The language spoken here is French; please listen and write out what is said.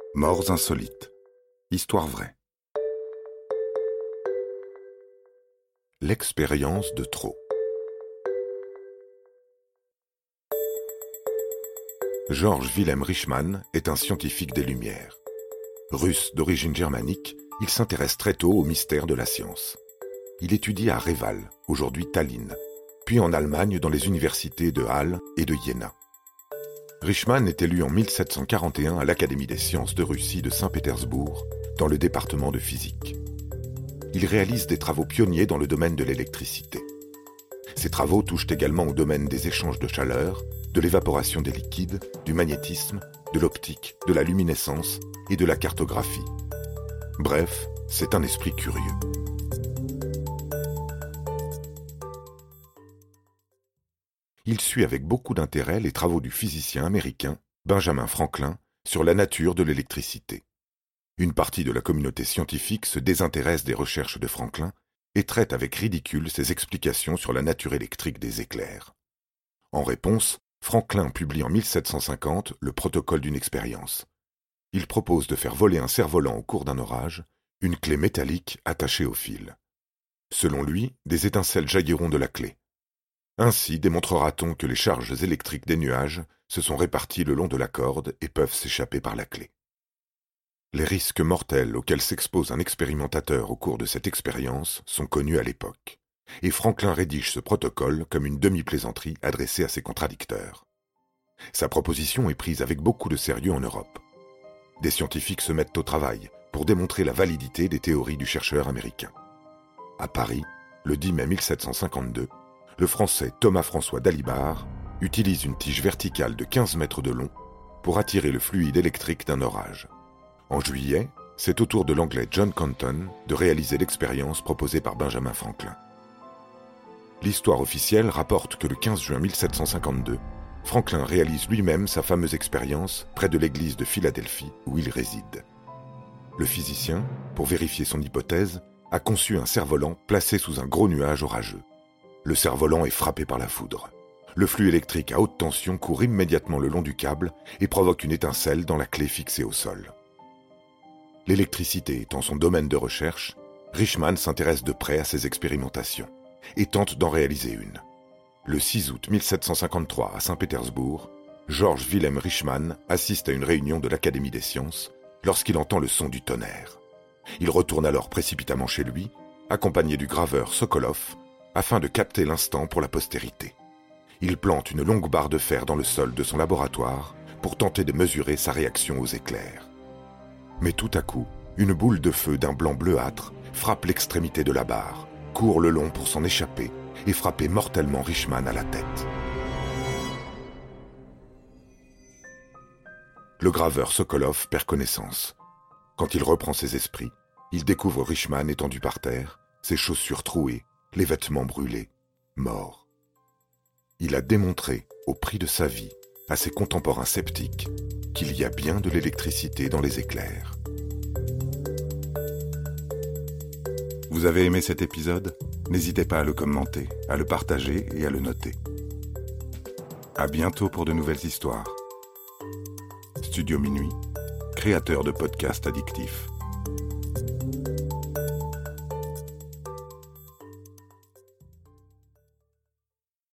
Morts insolites. Histoire vraie. L'expérience de trop. Georg Wilhelm Richmann est un scientifique des Lumières. Russe d'origine germanique, il s'intéresse très tôt aux mystères de la science. Il étudie à Reval, aujourd'hui Tallinn, puis en Allemagne dans les universités de Halle et de Iéna. Richmann est élu en 1741 à l'Académie des sciences de Russie de Saint-Pétersbourg, dans le département de physique. Il réalise des travaux pionniers dans le domaine de l'électricité. Ses travaux touchent également au domaine des échanges de chaleur, de l'évaporation des liquides, du magnétisme, de l'optique, de la luminescence et de la cartographie. Bref, c'est un esprit curieux. Il suit avec beaucoup d'intérêt les travaux du physicien américain Benjamin Franklin sur la nature de l'électricité. Une partie de la communauté scientifique se désintéresse des recherches de Franklin et traite avec ridicule ses explications sur la nature électrique des éclairs. En réponse, Franklin publie en 1750 le protocole d'une expérience. Il propose de faire voler un cerf-volant au cours d'un orage, une clé métallique attachée au fil. Selon lui, des étincelles jailliront de la clé. Ainsi démontrera-t-on que les charges électriques des nuages se sont réparties le long de la corde et peuvent s'échapper par la clé. Les risques mortels auxquels s'expose un expérimentateur au cours de cette expérience sont connus à l'époque, et Franklin rédige ce protocole comme une demi-plaisanterie adressée à ses contradicteurs. Sa proposition est prise avec beaucoup de sérieux en Europe. Des scientifiques se mettent au travail pour démontrer la validité des théories du chercheur américain. À Paris, le 10 mai 1752, le Français Thomas-François d'Alibard utilise une tige verticale de 15 mètres de long pour attirer le fluide électrique d'un orage. En juillet, c'est au tour de l'Anglais John Compton de réaliser l'expérience proposée par Benjamin Franklin. L'histoire officielle rapporte que le 15 juin 1752, Franklin réalise lui-même sa fameuse expérience près de l'église de Philadelphie où il réside. Le physicien, pour vérifier son hypothèse, a conçu un cerf-volant placé sous un gros nuage orageux. Le cerf-volant est frappé par la foudre. Le flux électrique à haute tension court immédiatement le long du câble et provoque une étincelle dans la clé fixée au sol. L'électricité étant son domaine de recherche, Richmann s'intéresse de près à ces expérimentations et tente d'en réaliser une. Le 6 août 1753 à Saint-Pétersbourg, Georg Wilhelm Richmann assiste à une réunion de l'Académie des sciences lorsqu'il entend le son du tonnerre. Il retourne alors précipitamment chez lui, accompagné du graveur Sokolov, afin de capter l'instant pour la postérité. Il plante une longue barre de fer dans le sol de son laboratoire pour tenter de mesurer sa réaction aux éclairs. Mais tout à coup, une boule de feu d'un blanc bleuâtre frappe l'extrémité de la barre, court le long pour s'en échapper et frapper mortellement Richmann à la tête. Le graveur Sokolov perd connaissance. Quand il reprend ses esprits, il découvre Richmann étendu par terre, ses chaussures trouées, les vêtements brûlés, mort. Il a démontré, au prix de sa vie, à ses contemporains sceptiques, qu'il y a bien de l'électricité dans les éclairs. Vous avez aimé cet épisode ? N'hésitez pas à le commenter, à le partager et à le noter. À bientôt pour de nouvelles histoires. Studio Minuit, créateur de podcasts addictifs.